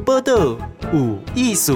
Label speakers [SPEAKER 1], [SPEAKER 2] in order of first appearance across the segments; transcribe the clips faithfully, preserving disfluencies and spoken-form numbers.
[SPEAKER 1] 报道有意思。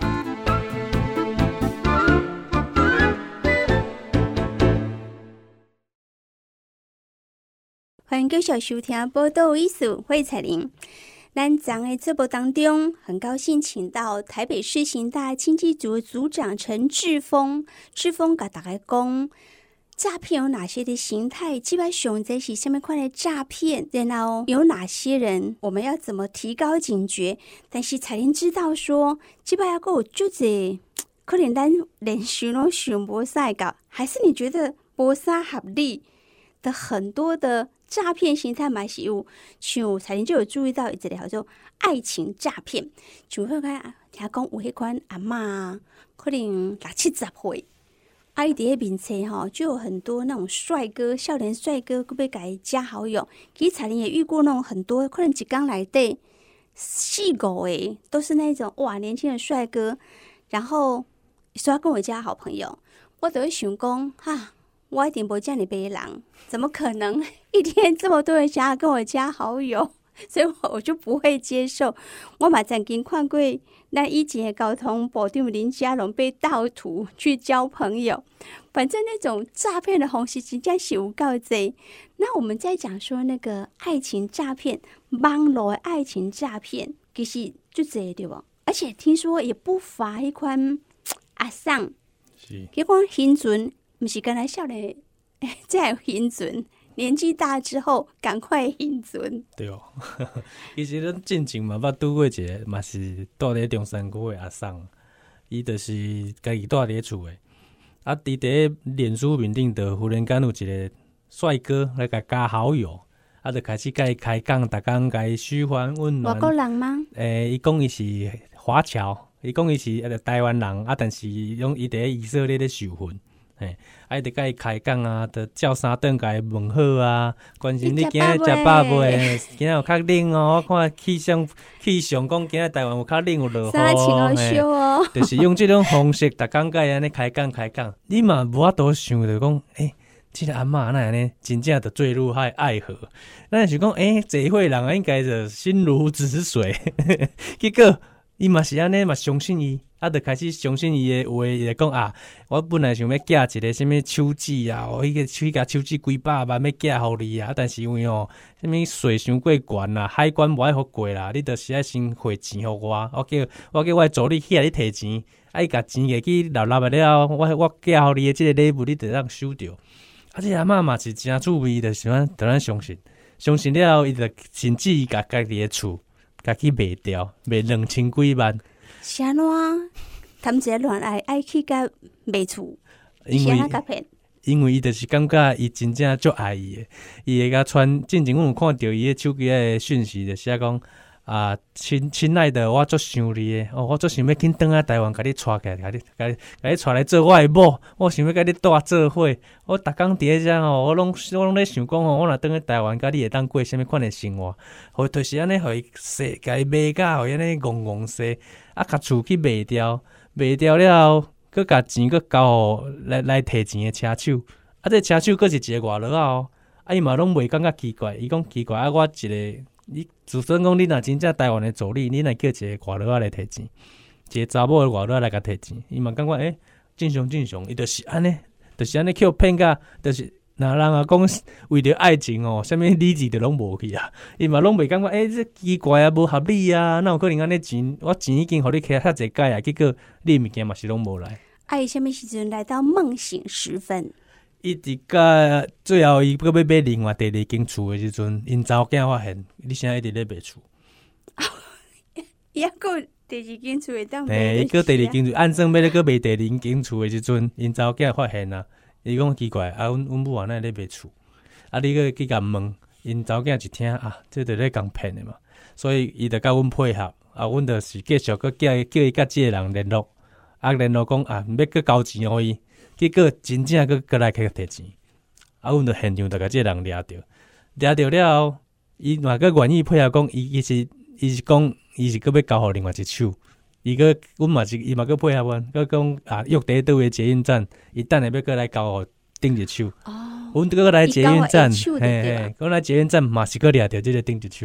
[SPEAKER 2] 欢迎继续收听报道有意思，我是彩玲。咱昨的节目当中，很高兴请到台北市刑大经济组的组长陈志峰，志峰跟大家讲诈骗有哪些的形态，基本上这是什么款的诈骗，然后有哪些人，我们要怎么提高警觉。但是彩玲知道说，基本上还有就这可能咱连想都想不晒搞，还是你觉得不啥合理的很多的诈骗形态嘛是有，像彩玲就有注意到一个叫做爱情诈骗，像好看听讲有迄款阿嬷可能六七十岁，啊伊伫迄面册吼就有很多那种帅哥，少年帅哥，佮要甲伊加好友。其实彩玲也遇过那种很多，可能一天内底四五个都是那种哇年轻的帅哥，然后说要跟我加好朋友，我就会想讲哈。我一定不会这样别人，怎么可能一天这么多人想要跟我加好友？所以我我就不会接受。我嘛曾经看过那以前的交通部长林佳龙被盗图去交朋友，反正那种诈骗的方式真的是有够多。那我们在讲说那个爱情诈骗，网络的爱情诈骗其实就多对不？而且听说也不乏一款阿桑，结果新存。不是刚才少年才有现存，年纪大之后赶快现存。
[SPEAKER 3] 对哦，其实咱进前嘛捌拄过一个，嘛是住伫中山区的阿桑，伊就是家己住伫厝的，啊，伫伫脸书面顶就忽然间有一个帅哥来甲加好友，啊，就开始甲伊开讲，逐工甲伊嘘寒问暖。
[SPEAKER 2] 外国人吗？
[SPEAKER 3] 诶，伊讲伊是华侨，伊讲伊是台湾人，啊，但是用伊伫以色列咧受训。嘿，啊，伊得甲伊开讲啊，得叫三顿甲伊问好啊，关心你今日食饱未？今日有较冷哦，我看气象气象讲今日台湾有较冷有落雨哦，
[SPEAKER 2] 嘿，哦，
[SPEAKER 3] 就是用这种方式，逐工甲伊安尼开讲开讲，你嘛无法度想着讲，诶、欸，这个阿嬷那安尼真正着坠入海爱河，咱想讲，诶、欸，这伙人应该着心如止水，结果伊嘛是安尼嘛相信伊。啊，就开始相信伊的话，伊就讲啊，我本来想要寄一个什么手机啊，我迄个去甲手机几百万要寄互你啊，但是因为哦，什么税伤过悬啦，海关无爱互过啦，你着是爱先汇钱互我，我叫我叫我助理起来你摕钱，啊伊甲钱摕去留留了，我我寄互你的即个礼物，你着当收着。啊，这阿嬷嘛是真趣味，着想着咱相信，相信了后，伊着甚至伊甲家己的厝，家己卖掉，卖两千几万。
[SPEAKER 2] 是安怎？他们一个恋爱爱去甲卖厝，
[SPEAKER 3] 因为因为伊就是感觉伊真正足爱伊的，伊会甲传。之前阮有看到伊的手机的讯息，就写讲啊，亲亲爱的，我足想你的，哦，我足想要紧转来台湾，甲你带起来，甲你甲你甲你带来做我的某，我想要甲你带做伙。我逐工伫咧遮吼，我拢我拢咧想讲吼，我若转去台湾，甲你会当过什么款的生活？互就是安尼，互伊说，甲伊卖甲，互伊安尼戆戆说，啊，甲厝去卖掉，卖掉了后，佮甲钱佮交互来来摕钱的车手，啊，这车手佮是一个外劳哦，啊，伊嘛拢袂感觉奇怪，伊讲奇怪啊，我一个。你自尊讲，你若真正台湾的助理，你若叫一个外劳仔来摕钱，一个查某的外劳来甲摕钱，伊嘛感觉诶，正常正常，伊就是安尼，就是安尼去骗甲，就是若人啊讲为着爱情哦，啥物理智就拢无去啊，伊嘛拢袂感觉诶，这奇怪啊，无合理啊，哪有可能安尼钱，我钱已经互你摕遐济解啊，结果你物件嘛是拢无来。
[SPEAKER 2] 啊，伊啥物时阵来到梦醒时分？
[SPEAKER 3] 伊伫甲最后，伊要买另外第二间厝的时阵，因查某囝发现，你现在一直咧卖厝。
[SPEAKER 2] 伊还佫第二间厝会当卖。
[SPEAKER 3] 嘿，伊佫第二间厝，按算要咧佫卖第二间厝的时阵，因查某囝发现啊，伊讲奇怪，啊，阮阮母啊，哪咧卖厝？啊，你佫去甲问，因查某囝一听啊，这著咧共骗的嘛，所以伊著甲阮配合，啊，阮著是继续佫叫伊叫伊甲即个人联络，啊，联络讲啊，要佫交钱互伊。结果真正佫佫来去摕钱，啊，阮著现场著甲即个人掠着，掠着了后，伊嘛佫愿意配合讲，伊伊是伊是讲，伊是佫要交互另外一手，伊佫阮嘛是伊嘛佫配合阮，佫讲啊，约伫倒位捷运站，伊等下要佫来交互顶一手，哦，阮佫来捷运站，嘿嘿，阮来捷运站嘛是佫掠着即个顶一手，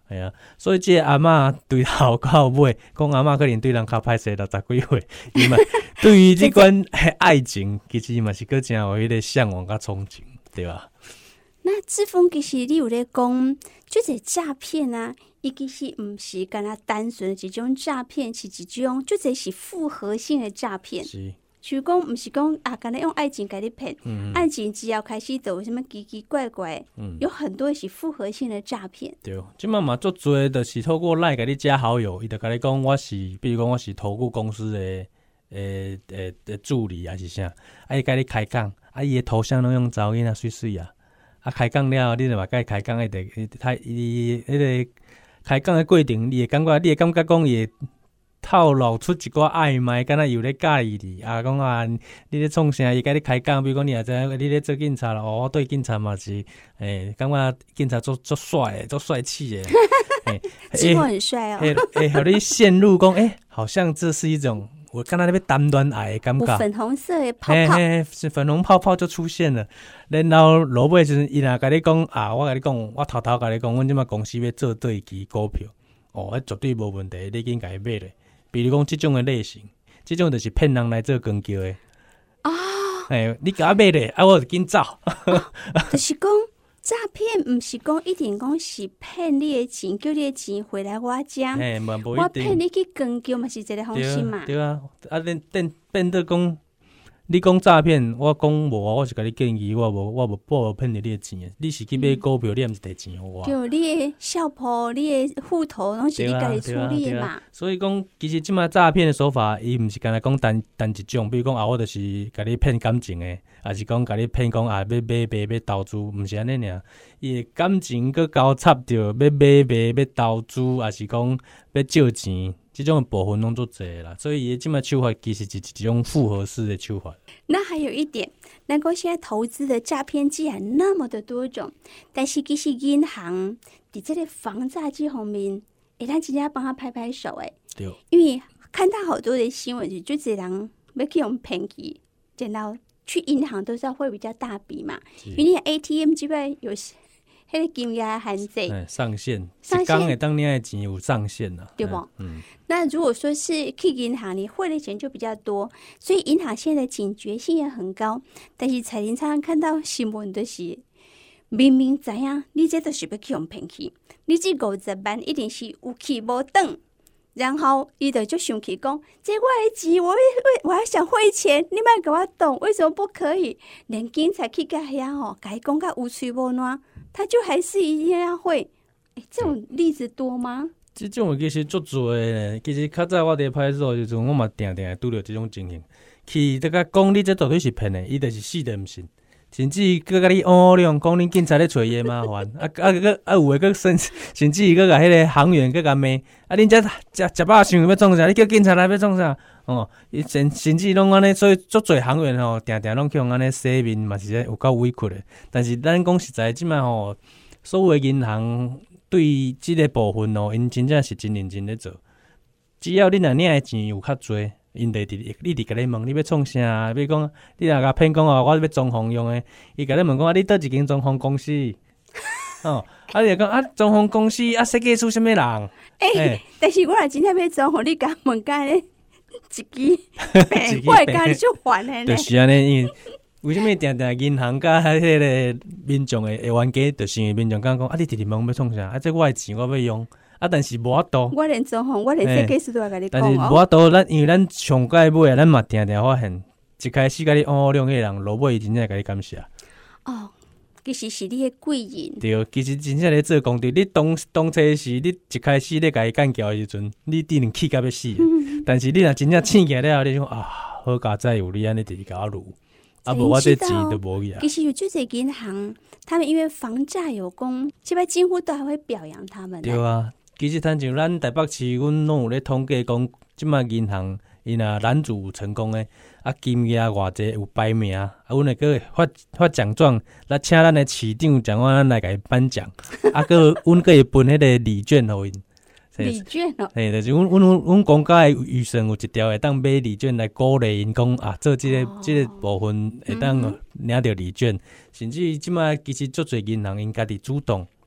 [SPEAKER 3] 系啊，所以这个阿嬷对头到尾，讲阿嬷可能对人较歹势六十几岁，伊嘛对于这款爱情，其实嘛是个真有迄个向往甲憧憬，对吧？
[SPEAKER 2] 那志峰其实你有咧讲，就这诈骗啊，伊其实毋是干那单纯的一种诈骗，是一种就这是复合性的诈骗。
[SPEAKER 3] 是，
[SPEAKER 2] 就是讲毋是讲啊，干那用爱情给你骗，嗯、爱情只要开始都有什么奇奇怪怪，嗯、有很多是复合性的诈骗。
[SPEAKER 3] 对，即满嘛足多，就是透过赖给你加好友，伊就甲你讲我是，比如讲我是投顾公司的诶诶诶助理还是啥，啊伊甲你开讲，啊伊的头像拢用查某囡仔水水啊。啊，开讲了，你就嘛甲开讲诶，得他伊迄个开讲诶过程，你会感觉，你会感觉讲伊会透露出一寡暧昧，敢若有咧介意你啊，讲啊，你咧创啥？伊甲你开讲，比如讲你也知，你咧做警察啦，哦，我对警察嘛是，诶，感觉警察足足帅诶，足帅气诶，
[SPEAKER 2] 诶，志峰很帅哦，
[SPEAKER 3] 诶诶，互你陷入讲，诶，好像这是一种。我看到那边单恋爱的感觉，
[SPEAKER 2] 粉红色的泡泡，
[SPEAKER 3] 嘿嘿，是粉红泡泡就出现了。然后落尾就是伊若甲你讲啊，我甲你讲，我偷偷甲你讲，阮即马公司要做对期股票，哦，迄绝对无问题，你紧甲伊买咧。比如讲即种的类型，即种就是骗人来做公桥的。
[SPEAKER 2] 啊，
[SPEAKER 3] 哎，你甲我买咧，啊，我就紧走。
[SPEAKER 2] 就是讲。诈骗毋是讲一定讲是骗你的钱，叫你的钱回来我家。
[SPEAKER 3] 嘿，嘛无一定。
[SPEAKER 2] 我骗你去公桥嘛是一个方式嘛。
[SPEAKER 3] 对啊，啊，变变变得讲，你讲诈骗，我讲无，我是甲你建议，我无我无我无骗你的钱，你是去买股票，你毋是摕钱互我。
[SPEAKER 2] 就你的小铺、你的户头，拢是你家己处理的嘛。
[SPEAKER 3] 所以讲，其实即卖诈骗的手法，伊毋是干那讲单单一种，比如讲啊，我就是甲你骗感情的。还是讲甲你骗讲啊，要买卖要投资，毋是安尼尔。伊的感情佮交插着，要买卖要投资，还是讲要借钱，即种部分拢做侪啦。所以伊即卖手法其实是一种复合式的手法。
[SPEAKER 2] 那还有一点，难怪现在投资的诈骗既然那么的多种，但是其实银行伫这个防诈这方面，诶，咱真正帮他拍拍手诶。
[SPEAKER 3] 对。
[SPEAKER 2] 因为看到好多的新闻，就这人要去用骗去，然后。去银行都是要会比较大笔嘛，因为你 A T M 基本上有迄个金额限制，
[SPEAKER 3] 上限，一天会当领的钱有上限啊，
[SPEAKER 2] 对不？嗯，那如果说是去银行，你汇的钱就比较多，所以银行现在的警觉性也很高。但是彩玲常常看到新闻的是，明明知影你这都是要去用骗去，你这五十万一定是有去无转。然后伊就就生气讲，这我的钱，我我还想汇钱，你莫给我动，为什么不可以？连警察去甲遐吼，甲伊讲甲有趣无烂，他就还是一定要汇。诶，这种例子多吗？
[SPEAKER 3] 这种其实足多诶，其实较早我伫派出所时阵，我嘛定定拄着这种情形，去得甲讲你这绝对是骗诶，伊就是死都毋信。甚至佮甲你乌亮，讲恁警察咧找伊诶麻烦，啊啊个啊有诶个甚甚至佮甲迄个行员佮甲骂，啊恁遮食食饱想要创啥？你叫警察来要创啥？哦，伊甚甚至拢安尼，所以足侪行员吼，定定拢去用安尼洗面，嘛是有够委屈诶。但是咱讲实在，即摆吼，所有诶银行对即个部分哦，因真正是真认真咧做。只要恁若领诶钱有较侪。因得伫你伫甲你问，你要创啥？比如讲，你若甲骗讲哦，我要装潢用诶，伊甲你问讲啊，你倒一间装潢公司？哦，啊，你讲啊，装潢公司啊，设计出啥物人？
[SPEAKER 2] 诶、欸欸，但是我若真正要装潢，你甲问甲咧一支白，我会甲你就还诶呢。
[SPEAKER 3] 就是安尼，因为什么定定银行甲迄个民众诶会冤家，就是因为民众讲讲啊，你直直问要创啥？啊，这我诶钱我要用。啊，但是无法度，
[SPEAKER 2] 我连装潢，我连设计师都要甲你讲哦。
[SPEAKER 3] 但是无法度，咱因为咱上届尾啊，咱嘛定定发现，一开始甲你乌亮迄个人，落尾真正甲你感谢。
[SPEAKER 2] 哦，其实是你的贵人。对，
[SPEAKER 3] 其实真正咧做功德。你当当初是你一开始咧甲伊干交的时阵，你一定气甲要死。嗯、但是你若真正醒起来了，你讲啊，好佳哉有你安尼直直甲我撸，啊无我这钱都无去啊。
[SPEAKER 2] 其实有这些银行，他们因为防诈有功，这边几乎都还会表扬他们。
[SPEAKER 3] 对啊。其实，像咱台北市，阮拢有咧统计讲，即卖银行伊若拦阻成功诶，啊金额偌济有排名，啊阮会个发发奖状来请咱诶市长讲我咱来甲伊颁奖，啊个阮个会分迄个礼券互因。
[SPEAKER 2] 礼券哦，
[SPEAKER 3] 嘿，就是阮阮阮公家诶预算有一条会当买礼券来鼓励因讲啊，做即、這個即、哦、個部分会当领着礼券，嗯、甚至即卖其实足侪银行因家己主动。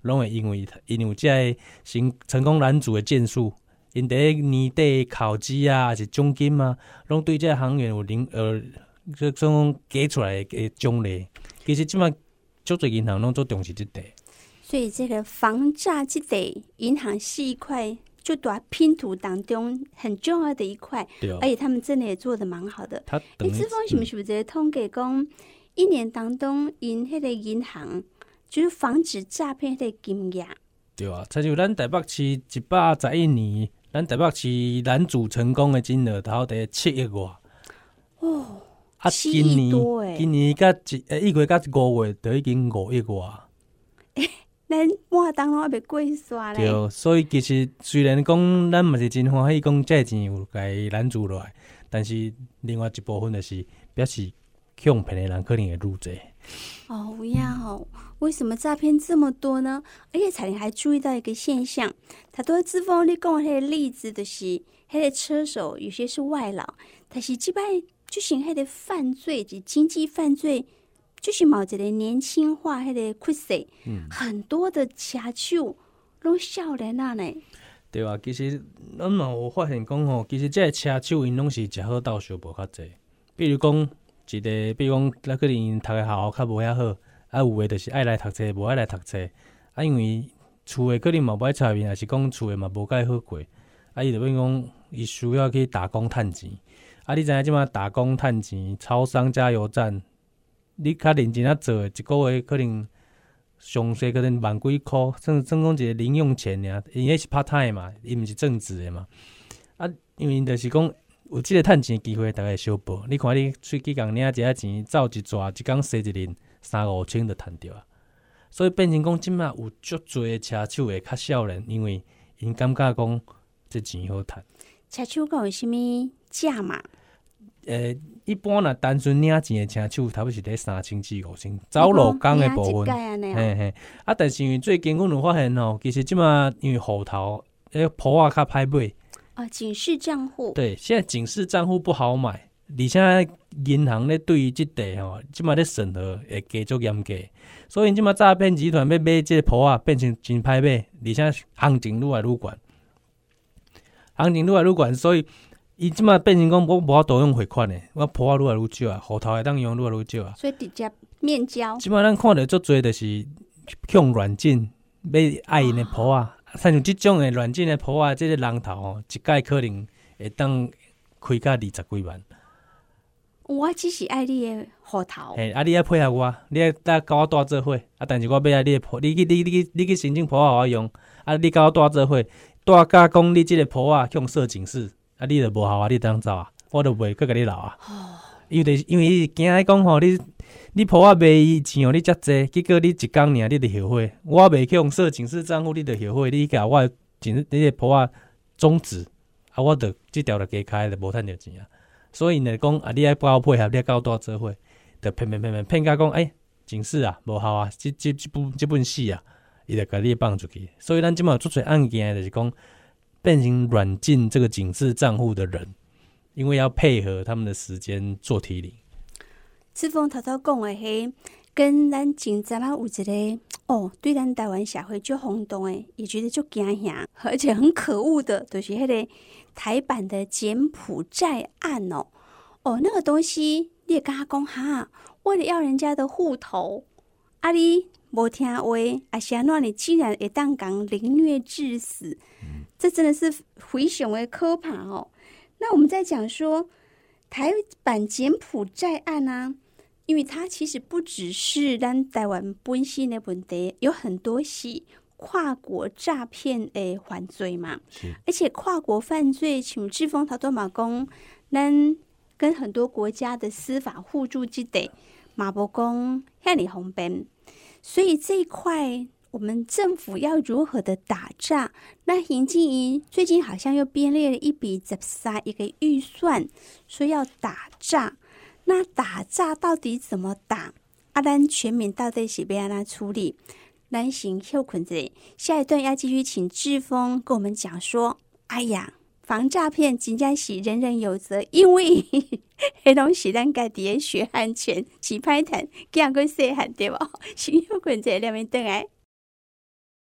[SPEAKER 3] 拢会因为因有这个成成功男主的建树，因伫年底考绩啊，还是奖金啊，拢对这个行业有领呃，这种给出来的奖励。其实即摆足侪银行拢做重视这块。
[SPEAKER 2] 所以这个防诈这块，银行是一块就大拼图当中很重要的一块，而且他们真的也做得蛮好的。
[SPEAKER 3] 他
[SPEAKER 2] 你志峰是不是有一个统计讲，一年当中因迄个银行就是防止诈骗的金额？
[SPEAKER 3] 对啊，才就咱台北市一百十一年，咱台北市男主成功的金额头得七亿外。
[SPEAKER 2] 哦，
[SPEAKER 3] 啊，
[SPEAKER 2] 七
[SPEAKER 3] 今年
[SPEAKER 2] 亿多诶！
[SPEAKER 3] 今年甲一呃一月甲五月就已经五亿外。
[SPEAKER 2] 咱半当拢还袂过刷咧。
[SPEAKER 3] 对，所以其实虽然讲咱嘛是真欢喜讲这钱有该拦住落来，但是另外一部分就是表示哄骗的人可能会愈多。
[SPEAKER 2] 哦，不要哦，为什么诈骗这么多呢？而且彩玲还注意到一个现象，他都志峰你讲的那个例子，就是迄个车手有些是外劳，但是即摆就是迄个犯罪及经济犯罪。就是某一个年轻化迄个趋势，嗯，很多的车手拢少年啊呢。
[SPEAKER 3] 对啊，其实咱嘛有发现讲吼，其实这个车手因拢是食好斗相无较济。比如讲一个，比如讲，咱可能因读的校较无遐好，啊有诶就是爱来读册，无爱来读册，啊因为厝诶可能嘛无爱插面，还是讲厝诶嘛无介好过，啊伊就变讲伊需要去打工趁钱。啊你知影即马打工趁钱，超商、加油站。你较认真啊做，一个月可能上细可能万几箍，算算讲一个零用钱尔。因迄是 part time 嘛，伊毋是正职的嘛。啊，因为就是讲有即个趁钱机会，大家会小报。你看你出去共领一下钱，走一逝，一工洗一轮三五千就趁着啊。所以变成讲，即马有足侪的车手会较少年，因为因感觉讲这钱好趁。
[SPEAKER 2] 车手讲有啥物价码？
[SPEAKER 3] 诶、欸，一般若单纯领钱的车手，差不多是咧三千至五千，走路工的部分。嘿嘿，啊，但是因为最近阮有发现吼，其实即马因为户头迄铺啊较歹买。
[SPEAKER 2] 啊，警示账户。对，
[SPEAKER 3] 现在警示账户不好买，而且银行咧对于即块吼，即马咧审核会加足严格，所以即马诈骗集团要买即个铺啊，变成真歹买，而且行情愈来愈悬，行情愈来愈悬，所以。伊即马变成讲，我无法度用汇款的，我铺啊愈来愈少啊，户头会当用愈来愈少啊。
[SPEAKER 2] 所以直接面交。
[SPEAKER 3] 即马咱看到足多就是用软件要爱因的铺啊，像像即种的软件的铺啊，即、这个人头吼，一届可能会当开到二十几万。
[SPEAKER 2] 我只是爱你的户头。
[SPEAKER 3] 嘿，啊，你要配合我，你要甲我带做伙啊，但是我要啊你的铺，你去你你去你去申请铺啊，我用啊，你甲我带做伙，带甲讲你即个铺啊，向设警示。啊！你著无效啊！你当走啊！我著袂搁甲你留啊！因为因为伊惊讲吼，你你铺啊卖伊钱互你遮济，结果你一工尔你著后悔。我袂去用设警示账户，你著后悔。你甲我警你个铺啊终止啊，我著即条著加开，著无趁着钱啊。所以呢讲啊，你爱甲我配合，你爱甲我带做伙，著骗骗骗骗骗甲讲，哎、欸，警示啊，无效啊，即即即本即本死啊，伊著甲你放出去。所以咱即马有做侪案件，就是讲。变成软禁这个警示账户的人，因为要配合他们的时间做提领。
[SPEAKER 2] 志峰头头讲的迄，跟咱前阵啊有一个哦，对咱台湾社会就轰动的，也觉得就惊吓，而且很可恶的，就是迄个台版的柬埔寨案哦。哦，那个东西你也跟他讲哈，为了要人家的户头，啊你无听话，啊是安怎你竟然会当讲凌虐致死？这真的是非常的可怕哦。那我们在讲说台版柬埔寨案啊，因为它其实不只是咱台湾本身的问题，有很多是跨国诈骗的犯罪嘛。而且跨国犯罪，像志峰他都嘛讲，咱跟很多国家的司法互助之地嘛无讲遐尼方便，所以这一块。我们政府要如何的打诈？那行政院最近好像又编列了一笔十三一个预算，说要打诈。那打诈到底怎么打？啊，咱全民到底是要怎处理？咱先休困者，下一段要继续请志峰跟我们讲说，哎呀，防诈骗真正是人人有责，因为迄拢是咱家己的血汗钱，是歹趁，惊过细汉对吧？先休困者，两面转来。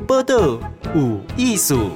[SPEAKER 1] 报道有艺术。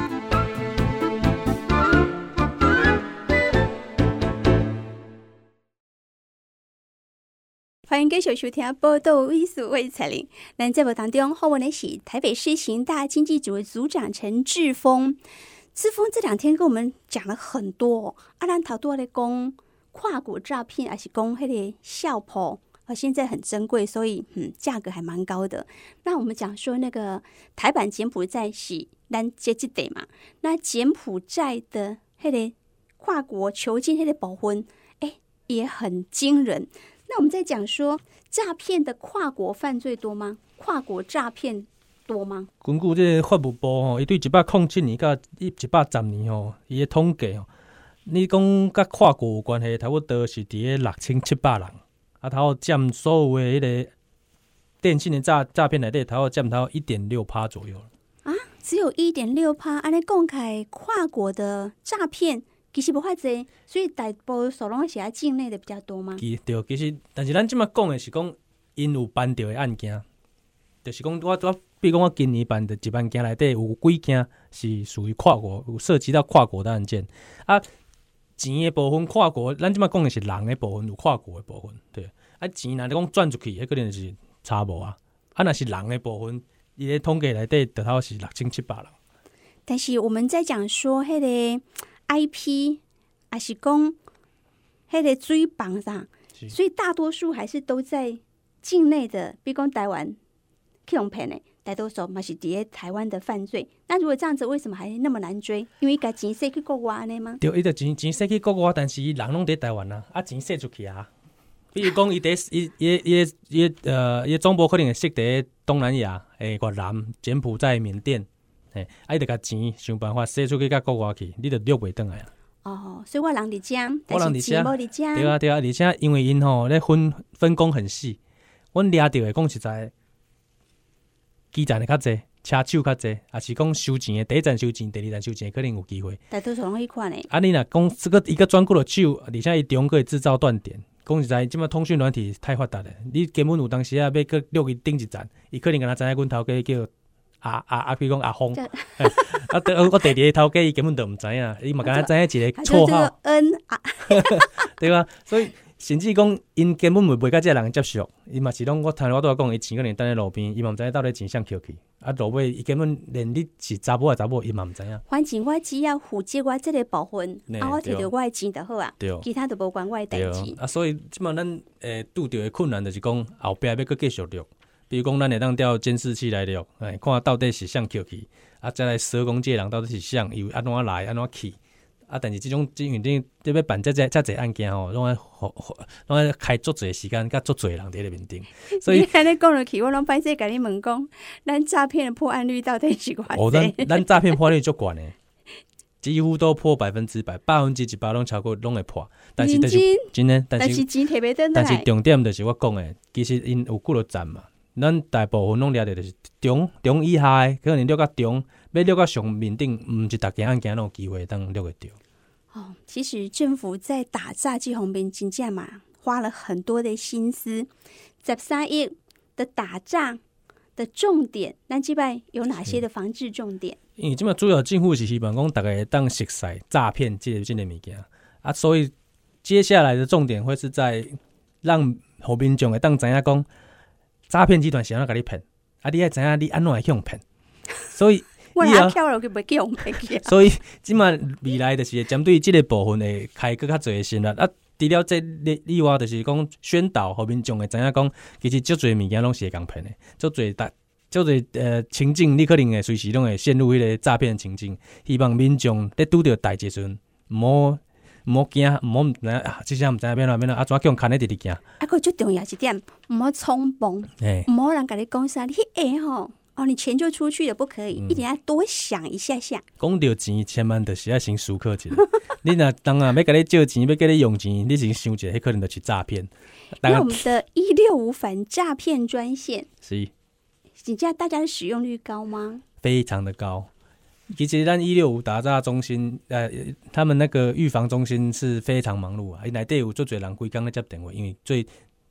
[SPEAKER 2] 欢迎继续收听《报道有艺术》，我是彩玲。咱节目当中访问的是台北市刑大经济组的组长陈志峰。志峰这两天跟我们讲了很多，啊，咱头多咧讲跨国诈骗，还是讲迄个笑谱，啊，现在很珍贵，所以嗯，价格还蛮高的。那我们讲说那个台版柬埔寨是咱这这得嘛，那柬埔寨的迄个跨国囚禁迄个保分，哎，也很惊人。那我们在讲说诈骗的跨国犯罪多吗？跨国诈骗多吗？
[SPEAKER 3] 根据这法务部吼，伊对一百零七年到一百十年吼，伊的统计吼，你讲甲跨国有关系，差不多是伫咧六千七百人，啊，头占所有的迄个电信的诈诈骗内底，头占头一点六趴左右
[SPEAKER 2] 啊，只有一点六趴。安尼讲起来，跨国的诈骗其实无遐济，所以大部数拢是在境内的比较多吗？
[SPEAKER 3] 对，其实但是咱即摆讲的是讲，因有办到的案件，就是讲我我，比如讲我今年办的一案件内底有几件是属于跨国，有涉及到跨国的案件啊。钱的部分跨国，咱即摆讲的是人的部分，有跨国的部分，对啊。钱若讲转出去，迄可能是差无啊。啊，若是人的部分，伊的统计内底得头是六千七百人。
[SPEAKER 2] 但是我们在讲说迄个 I P， 还是讲迄个水房上，所以大多数还是都在境内的，比如讲台湾去用骗的，大多数嘛是伫咧台湾的犯罪。那如果这样子，为什么还那么难追？因为甲钱賒去国外呢吗？
[SPEAKER 3] 对，伊就钱钱賒去国外，但是人拢伫台湾啊，啊钱賒出去啊。比如讲，伊伫伊伊伊伊呃，伊总部可能会设伫东南亚、诶越南、柬埔寨、缅甸。哎，啊，伊就甲钱想办法賒出去到国外去，你就掠袂转来啊。
[SPEAKER 2] 哦，所以我人伫遮，
[SPEAKER 3] 我人伫遮，
[SPEAKER 2] 无伫遮。
[SPEAKER 3] 对啊对啊，而且因为因吼咧分分工很细，阮掠着的讲实在，基站的较济，车手较济，也是讲收钱的第一站收钱，第二站收钱可能有机会。
[SPEAKER 2] 大多数拢迄款诶。
[SPEAKER 3] 啊，你若讲这个一个转过了手，而且伊中可以制造断点。讲实在，即摆通讯软体太发达了，你根本有当时啊要去掠去顶一站，伊可能敢若知影阮头家叫。啊啊啊！比如讲阿峰，啊，我第二个头家伊根本就毋知影，伊嘛敢若知影一个绰号
[SPEAKER 2] N 啊，
[SPEAKER 3] 对吧？所以甚至讲，因根本袂甲这个人接触，伊嘛是拢我听我拄仔讲，伊钱可能等咧路边，伊嘛毋知影到底钱谁捡去，啊，落尾伊根本连你是查某还是查某，伊嘛毋知影。
[SPEAKER 2] 反正我只要负责我这个部分，啊，我摕到我的钱就好啊，其他就无关我的代志。
[SPEAKER 3] 啊，所以即摆咱诶拄着的困难就是讲后壁要搁继续录。比如讲，咱会当调监视器来录，哎，看到底是谁捡去，啊，再来说讲这个人到底是谁，伊安怎来，安怎去，啊，但是这种因为你你要办这这这这案件吼，拢爱拢爱开足侪时间，甲足侪人伫咧面顶，所以
[SPEAKER 2] 你安尼讲落去，我拢歹势甲你问讲，咱诈骗的破案率到底是偌济？
[SPEAKER 3] 哦，咱咱诈骗破案率足悬诶，几乎都破百分之百，百分之一百拢超过拢会破，但是就是真诶，但是
[SPEAKER 2] 钱摕袂倒来，
[SPEAKER 3] 但是重点就是我讲诶，其实因有几落站嘛。咱大部分拢掠着就是中中以下诶，可能掠到中，要掠到上面顶，毋是逐件案件拢有机会当掠会着。
[SPEAKER 2] 哦，其实政府在打诈这方面真正嘛，花了很多的心思。十三亿的打诈的重点，咱即摆有哪些的防治重点？
[SPEAKER 3] 因为即摆主要政府是希望讲大家会当熟悉诈骗这这个物件啊，所以接下来的重点会是在让后民众会当知影讲。诈骗集团是安怎甲你骗？啊，你爱知影你安怎会向骗？所以
[SPEAKER 2] 我阿跳落去袂叫骗去。
[SPEAKER 3] 所以即摆未来就是针对即个部分会开更较侪心力啊。除了这以外，就是讲宣导，互民众会知影讲，其实足侪物件拢是会共骗的，足侪大足侪呃情境，你可能会随时拢会陷入迄个诈骗情境。希望民众咧拄着代志时阵，毋好。毋好惊，毋好毋知影啊！即下毋知影变哪变哪，啊怎叫牵咧直直行？
[SPEAKER 2] 啊，个最重要一点，毋好冲动，毋好人甲你讲啥，你迄下吼，哦，你钱就出去了，不可以，嗯、一定要多想一下下。
[SPEAKER 3] 讲到钱，千万就是要先思考一下。你若当啊要甲你借钱，要甲你用钱，你先想一下，迄可能就是诈骗。
[SPEAKER 2] 那我们的一六五反诈骗专线
[SPEAKER 3] 是，
[SPEAKER 2] 你知道大家的使用率高吗？
[SPEAKER 3] 非常的高。其实咱一六五打诈中心，呃，他们那个预防中心是非常忙碌啊，内底有足侪人规工咧接电话，因为最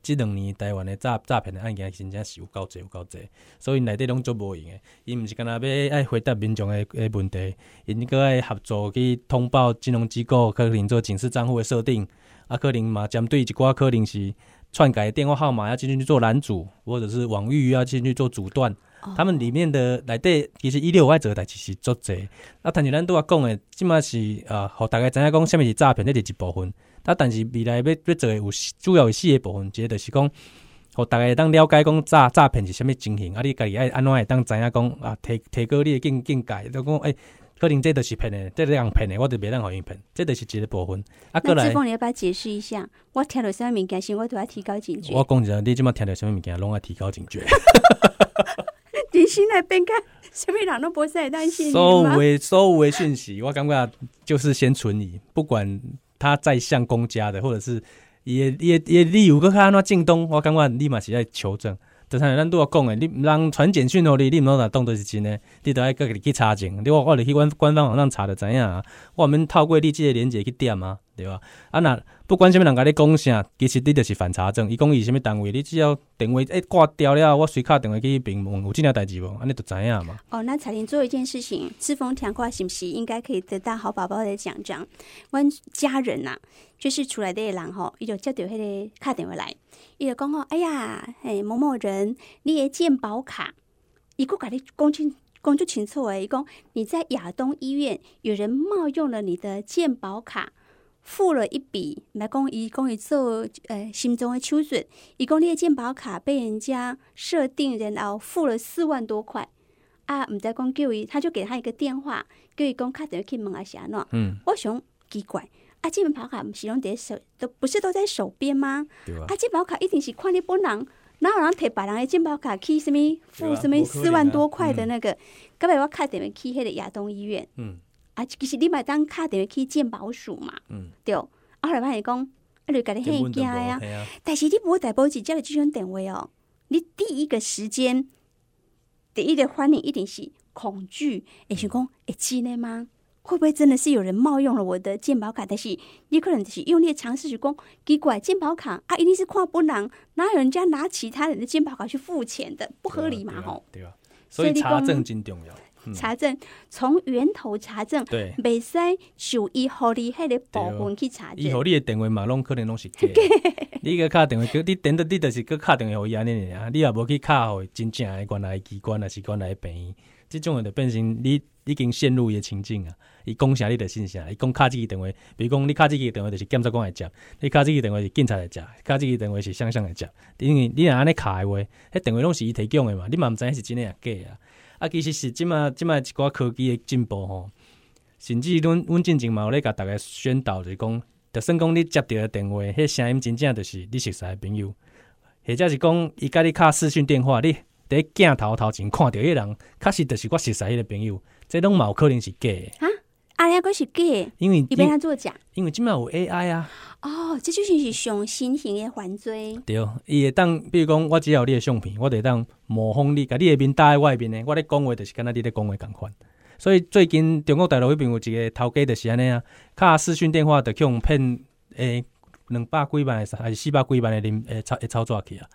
[SPEAKER 3] 即两年台湾的诈诈骗的案件真正是有够侪有够侪，所以内底拢做无用的。伊毋是干那要爱回答民众的的问题，因搁爱合作去通报金融机构，可能做警示账户的设定，啊，可能嘛针对一寡可能是篡改电话号码要进去做拦阻，或者是网域要进去做阻断。他们里面的内底其实伊咧有爱做的代志是足侪。啊，但是咱拄仔讲的，即马是呃，互大家知影讲啥物是诈骗，这是一部分。啊，但是未来要要做的有主要有四个部分，一个就是讲，互大家当了解讲诈诈骗是啥物情形，啊，你家己爱安怎会当知影讲啊，提提高你的境境界，就讲诶、欸，可能这就是骗的，这样骗的，我就袂当互伊骗，这就是一个部分。啊，过来，
[SPEAKER 2] 志峰，你要不要解释一下？我听到啥物物件时，我都要提高警觉。
[SPEAKER 3] 我讲一下，你即马听到啥物物件，拢要提高警觉。
[SPEAKER 2] 你现在变看什么人都不是担心你吗？
[SPEAKER 3] 所有的所有的讯息，我感觉就是先存疑，不管他在向公家的，或者是也也也理由搁较安怎进东，我感觉你嘛是在求证。就像咱拄仔讲的，你人传简讯互你，你毋通若当作是真的，你得爱家己去查证。你我我去官官方网站查就知影啊，我免透过你这个连结去点啊，对吧？啊那不管什么人甲你讲啥，其实你就是反查证。伊讲伊什么单位，你只要电话一挂掉了，我随敲电话去询问有这件代志无，安尼就知影嘛。
[SPEAKER 2] 哦，那彩玲做一件事情，志峰听话是不是应该可以得到好宝宝的奖章？阮家人呐、啊，就是厝内底的人吼，伊就接到迄个打电话来，伊就讲吼，哎呀，嘿某某人，你的健保卡，伊佫甲你讲清讲足清楚诶，伊讲你在亚东医院有人冒用了你的健保卡。付了一笔，来讲伊讲伊做呃心中的手术，伊讲你的健保卡被人家设定，然后付了四万多块啊，唔知讲叫伊，他就给他一个电话，叫伊讲打电话去问啊是安怎？嗯，我想奇怪，啊，健保卡不是拢在手，都不是都在手边吗？对啊，啊，健保卡一定是看你本人，哪有人摕别人的健保卡去什么付什么四万多块的那个？隔壁我打电话去迄个亚东医院，嗯。啊，其實你咪當打電話去健保署嘛，嗯、對。啊，後來幫你講，啊，你家己很驚呀。但是你無代表只接了這種電話哦，你第一個時間，第一個反應一定是恐懼，會想講，會真的嗎？會不會真的是有人冒用了我的健保卡？但是你可能就是用力嘗試去講，奇怪，健保卡啊，一定是看本人，哪有人家拿其他人的健保卡去付錢的？不合理嘛，吼。
[SPEAKER 3] 對啊，所以查證真重要。
[SPEAKER 2] 查證從源頭查證，袂使就伊互你迄個部分去查證。
[SPEAKER 3] 伊互你的電話嘛，攏可能攏是假。你個敲電話，你點到你就是個敲電話互伊安尼爾，你也無去敲互真正的原來的機關，還是原來的病院，這種就變成你已經陷入伊的情境啊。伊講啥你就信啥，伊講敲這個電話，比如講你敲這個電話就是檢察官來接，你敲這個電話是警察來接，敲這個電話是雙雙來接。因為你若安尼敲的話，迄電話攏是伊提供的嘛，你嘛毋知影是真的還假啊。啊，其實是即馬即馬一寡科技的進步吼，甚至阮阮進前嘛有咧甲大家宣導，就是講，就算講你接到的電話，迄聲音真正就是你熟悉的朋友，或者是講伊甲你敲視訊電話，你佇鏡頭頭前看到迄人，確實就是我熟悉迄個朋友，這攏嘛有可能是假的。
[SPEAKER 2] 啊，啊，那個是假的，
[SPEAKER 3] 因為
[SPEAKER 2] 伊變他作假。
[SPEAKER 3] 因為即馬有 A I 啊。
[SPEAKER 2] 哦，這就是上新型的犯罪。對，
[SPEAKER 3] 伊會當，比如講，我只要有你的相片，我就會當模仿你，甲你的面搭在外面的，我咧講話就是敢若你咧講話共款。所以最近中國大陸迄邊有一個頭家就是安尼啊，敲視訊電話就去用騙誒兩百幾萬還是四百幾萬的零誒操誒操作去啊。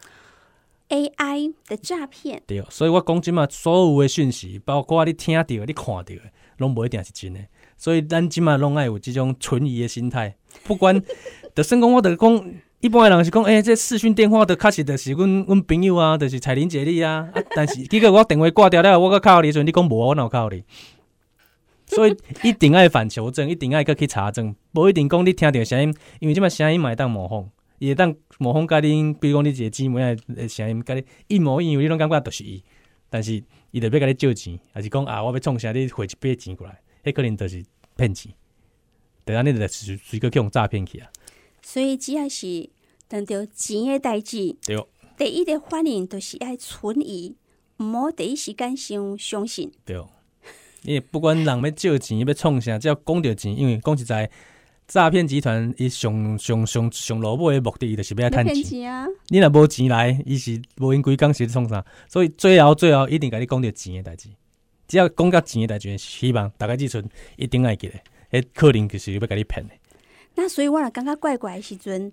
[SPEAKER 2] A I 的詐騙。
[SPEAKER 3] 對，所以我講即馬所有的訊息，包括你聽到、你看到的，攏無一定是真的。所以咱即馬攏愛有這種存疑的心態，不管。就算講我就講，一般的人是講，誒、欸，這視訊電話就確實就是阮阮朋友啊，就是彩玲姐你啊，啊，但是結果我電話掛掉了，我擱敲你，所以你講無，我哪有敲你？所以一定愛反求證，一定愛擱去查證，無一定講你聽到聲音，因為即馬聲音嘛會當模仿，伊會當模仿甲恁，比如講你一個姊妹的聲音，甲你一模一樣，你攏感覺就是伊，但是伊就要甲你借錢，還是講啊，我要創啥，你匯一筆錢過來，迄可能就是騙錢，就安尼就隨隨個去用詐騙去啊。
[SPEAKER 2] 所以只要是碰到錢的代志，第一個反應就是要存疑，唔好第一時間先相信。
[SPEAKER 3] 對，因為不管人要借錢要創啥，只要講到錢，因為講實在，詐騙集團伊上上上上落尾的目的，就是要賺錢啊。你若無錢來，伊是無因規工是創啥，所以最後最後一定甲你講到錢的代志。只要講到錢的代志，希望大家這陣一定愛記得，迄可能就是要甲你騙的。
[SPEAKER 2] 那所以我若感覺怪怪的時陣，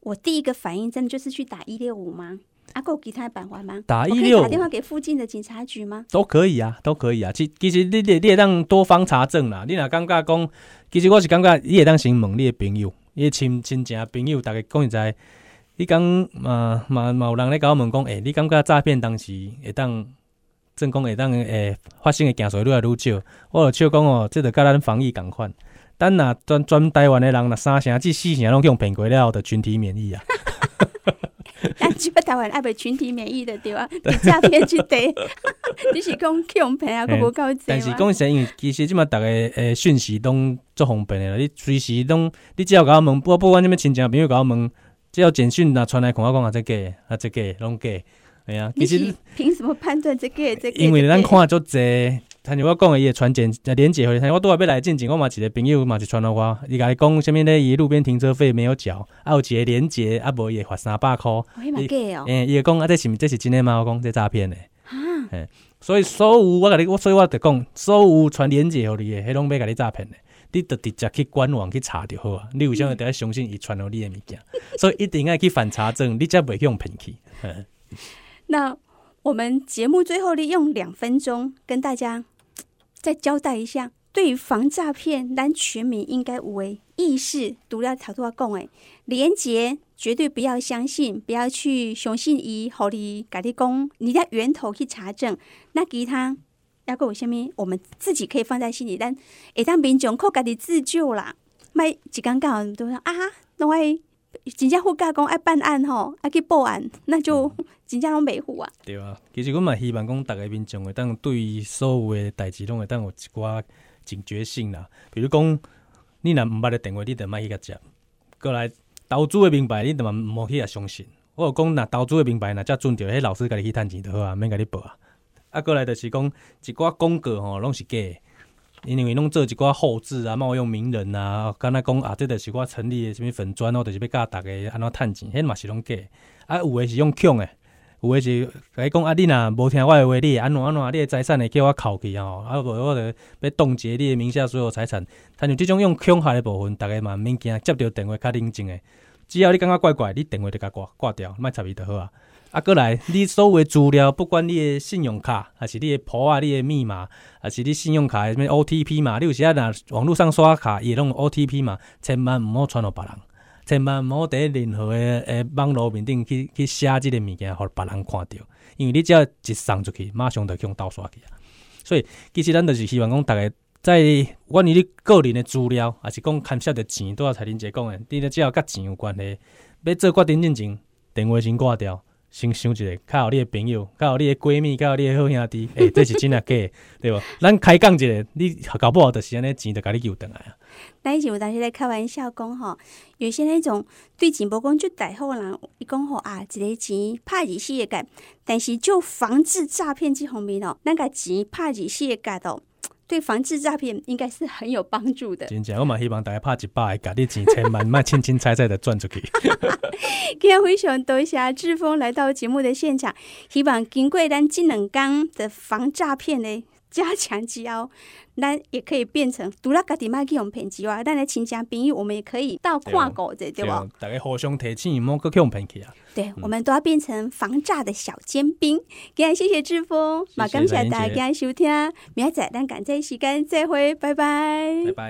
[SPEAKER 2] 我第一个反应真的就是去打一六五吗？啊，还有其他的办法吗？
[SPEAKER 3] 打一六五，
[SPEAKER 2] 我可以打电话给附近的警察局吗？
[SPEAKER 3] 都可以啊，都可以啊。其其实你你会当多方查证啦。你若感觉讲，其实我是感觉你会当先问你的朋友，你的亲亲情朋友，大家讲实在，你讲嘛嘛嘛有人咧甲我问讲，诶、欸，你感觉诈骗当时会当，正讲会当诶发生的件数愈来愈少，我就笑讲哦，这就甲咱防疫共款。等若全全台湾的人，若三成至四成拢去用骗过了，就群体免疫啊。
[SPEAKER 2] 咱即摆台湾爱袂群体免疫的对啊，你诈骗即块，你是讲去用骗啊，佫无够济。
[SPEAKER 3] 但是讲实，因为其实即马逐个诶讯息拢足方便的啦，你随时拢，你只要甲我问，不不管什么亲戚朋友甲我问，只要简讯若传来，看我讲啊，这假啊，这假拢假，系啊。其实
[SPEAKER 2] 凭什么判断这个这个？
[SPEAKER 3] 因为咱看足济。像我讲的，伊会传简连结回，我拄仔要来进前，我嘛一个朋友嘛是传到我，伊甲你讲啥物咧？伊路边停车费没有缴，啊有一个连结，啊无伊会罚三百箍。
[SPEAKER 2] 迄嘛假哦。
[SPEAKER 3] 诶，伊会讲啊，这是这是真诶吗？我讲这诈骗诶。啊。诶，所以所有我甲你，我所以我就讲，所有传连结互你诶，迄拢要甲你诈骗诶。你就直接去官网去查就好啊。你为啥会得相信伊传到你诶物件？所以一定要去反查证，你才袂去用骗去。
[SPEAKER 2] 那我们节目最后利用两分钟跟大家再交代一下，对于防诈骗，咱全民应该有的意识。除了头拄仔讲的连结，绝对不要相信，不要去相信伊，互你甲你讲，你在源头去查证。那其他还有啥物，我们自己可以放在心里，咱会当民众靠家己自救啦。莫一刚刚都说啊，拢爱真正副驾讲爱办案吼，爱去报案，那就真正拢袂赴啊。
[SPEAKER 3] 对啊，其实我嘛希望讲，大家民众会当对于所有的代志拢会当有一寡警觉性啦。比如讲，你若毋捌的电话，你就莫去甲接。过来投资的名牌，你就嘛毋好去甲相信。我有讲，若投资的名牌，若才准着，迄老师甲你去趁钱就好啊，免甲你报啊。啊，过来就是讲一寡广告吼，拢是假的。因为拢做一寡后置啊、冒用名人啊，敢若讲啊，这就是我成立的什么粉专哦，就是要教大家安怎趁钱，迄嘛是拢假。啊，有诶是用抢诶，有诶是甲你讲啊，你若无听我诶话，你会安怎安怎，你诶财产会叫我扣去吼，啊，无我就要冻结你诶名下所有财产。但是即种用抢害诶部分，大家嘛免惊，接到电话较冷静诶。只要你感觉怪怪，你电话就甲挂挂掉，莫插伊就好啊。啊，过来，你所有的资料，不管你的信用卡，还是你的簿啊、你的密码，还是你信用卡的什么 O T P 码，你有时啊，若网络上刷卡也拢 O T P 码，千万唔好传给别人，千万唔好在任何的诶网络面顶去去写这个物件，互别人看到，因为你只要一送出去，马上就去用盗刷去啊。所以其实咱就是希望讲，大家在关于你个人的资料，还是讲牵涉的钱，都要蔡玲姐讲的，你只要甲钱有关系，要做决定之前，电话先挂掉。先想一下，较有你的朋友，较有你的闺蜜，较有你的好兄弟，诶、欸，这是真啊假的，对吧？咱开讲一下，你搞不好就是安尼钱就甲你救回来啊。
[SPEAKER 2] 咱以前有当时咧开玩笑讲吼，有些那种对钱无讲就大好人，伊讲吼啊，一个钱拍二四个角，但是就防治诈骗这方面哦，咱个钱拍二四个角哦。对防治诈骗应该是很有帮助的。
[SPEAKER 3] 真正，我嘛希望大家拍一百个，你钱千万莫轻轻踩踩的赚出去。
[SPEAKER 2] 今天非常多谢志峰来到节目的现场，希望经过咱这两天的防诈骗的加强之后，咱也可以变成除了家己莫去用骗之外，咱的亲戚朋友我们也可以到看顾者，对吧？
[SPEAKER 3] 大家互相提醒，莫去用骗去啊。
[SPEAKER 2] 对，我们都要变成防诈的小尖兵。今天谢谢志峰，嘛感谢大家收听，明仔载咱赶在时间再会，拜拜，
[SPEAKER 3] 拜拜。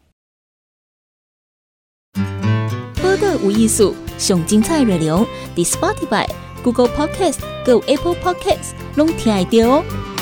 [SPEAKER 4] 报道有艺术，上精彩内容，伫 Spotify、Google Podcast、还有 Apple Podcast 拢听得到哦。